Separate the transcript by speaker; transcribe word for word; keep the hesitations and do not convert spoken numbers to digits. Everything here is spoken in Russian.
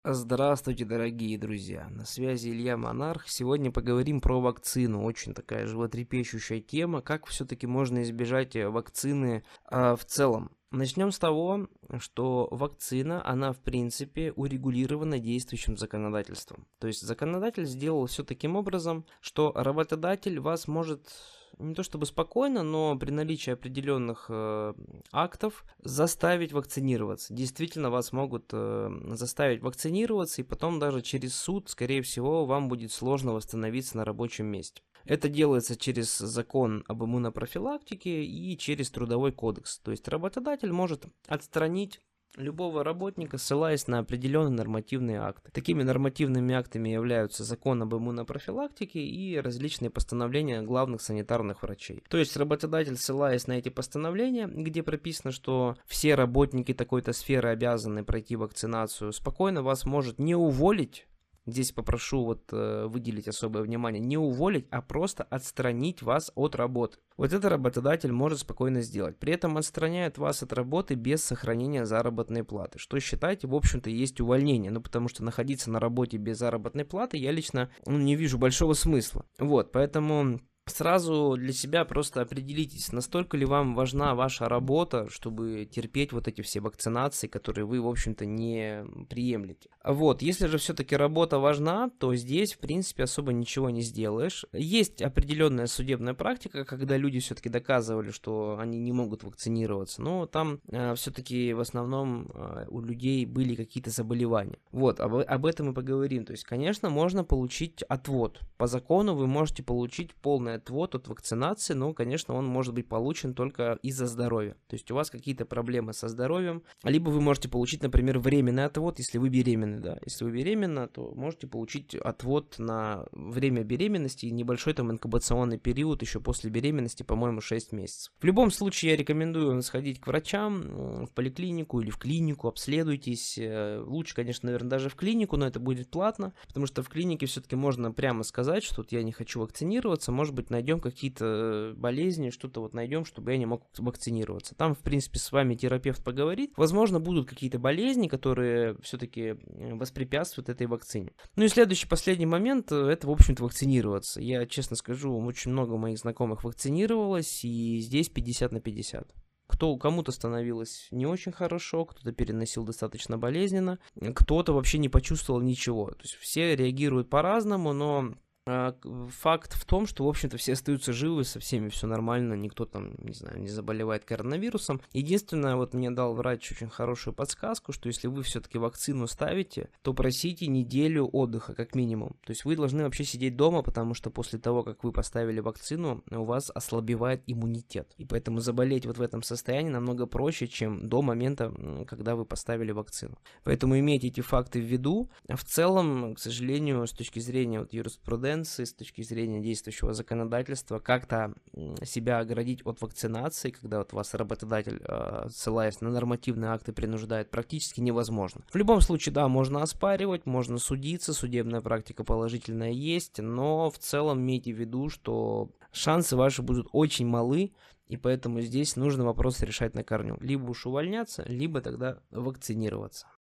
Speaker 1: Здравствуйте, дорогие друзья! На связи Илья Монарх. Сегодня поговорим про вакцину. Очень такая животрепещущая тема. Как все-таки можно избежать э, вакцины а, в целом? Начнем с того, что вакцина, она в принципе урегулирована действующим законодательством. То есть законодатель сделал все таким образом, что работодатель вас может не то чтобы спокойно, но при наличии определенных э, актов заставить вакцинироваться. Действительно, вас могут э, заставить вакцинироваться, и потом даже через суд, скорее всего, вам будет сложно восстановиться на рабочем месте. Это делается через закон об иммунопрофилактике и через трудовой кодекс. То есть работодатель может отстранить любого работника, ссылаясь на определенные нормативные акты. Такими нормативными актами являются закон об иммунопрофилактике и различные постановления главных санитарных врачей. То есть работодатель, ссылаясь на эти постановления, где прописано, что все работники такой-то сферы обязаны пройти вакцинацию, спокойно вас может не уволить. Здесь попрошу вот э, выделить особое внимание, не уволить, а просто отстранить вас от работы. Вот это работодатель может спокойно сделать. При этом отстраняет вас от работы без сохранения заработной платы, что, считайте, в общем-то есть увольнение. Ну, потому что находиться на работе без заработной платы я лично ну, не вижу большого смысла. Вот, поэтому сразу для себя просто определитесь, настолько ли вам важна ваша работа, чтобы терпеть вот эти все вакцинации, которые вы, в общем-то, не приемлете. Вот, если же все-таки работа важна, то здесь, в принципе, особо ничего не сделаешь. Есть определенная судебная практика, когда люди все-таки доказывали, что они не могут вакцинироваться, но там э, все-таки в основном э, у людей были какие-то заболевания. Вот, об, об этом мы поговорим. То есть, конечно, можно получить отвод. По закону вы можете получить полное отвод от вакцинации, но, конечно, он может быть получен только из-за здоровья. То есть у вас какие-то проблемы со здоровьем, либо вы можете получить, например, временный отвод, если вы беременны, да. Если вы беременна, то можете получить отвод на время беременности и небольшой там инкубационный период еще после беременности, по-моему, шесть месяцев. В любом случае, я рекомендую вам сходить к врачам, в поликлинику или в клинику, обследуйтесь. Лучше, конечно, наверное, даже в клинику, но это будет платно, потому что в клинике все-таки можно прямо сказать, что вот я не хочу вакцинироваться, может быть, найдем какие-то болезни, что-то вот найдем, чтобы я не мог вакцинироваться. Там, в принципе, с вами терапевт поговорит. Возможно, будут какие-то болезни, которые все-таки воспрепятствуют этой вакцине. Ну и следующий, последний момент, это, в общем-то, вакцинироваться. Я, честно скажу, очень много моих знакомых вакцинировалось, и здесь пятьдесят на пятьдесят. Кто, кому-то становилось не очень хорошо, кто-то переносил достаточно болезненно, кто-то вообще не почувствовал ничего. То есть все реагируют по-разному, но факт в том, что, в общем-то, все остаются живы, со всеми все нормально, никто там, не знаю, не заболевает коронавирусом. Единственное, вот мне дал врач очень хорошую подсказку, что если вы все-таки вакцину ставите, то просите неделю отдыха, как минимум. То есть вы должны вообще сидеть дома, потому что после того, как вы поставили вакцину, у вас ослабевает иммунитет. И поэтому заболеть вот в этом состоянии намного проще, чем до момента, когда вы поставили вакцину. Поэтому имейте эти факты в виду. В целом, к сожалению, с точки зрения вот юриспруденции, с точки зрения действующего законодательства, как-то себя оградить от вакцинации, когда вот вас работодатель, ссылаясь на нормативные акты, принуждает, практически невозможно. В любом случае, да, можно оспаривать, можно судиться, судебная практика положительная есть, но в целом имейте в виду, что шансы ваши будут очень малы, и поэтому здесь нужно вопрос решать на корню. Либо уж увольняться, либо тогда вакцинироваться.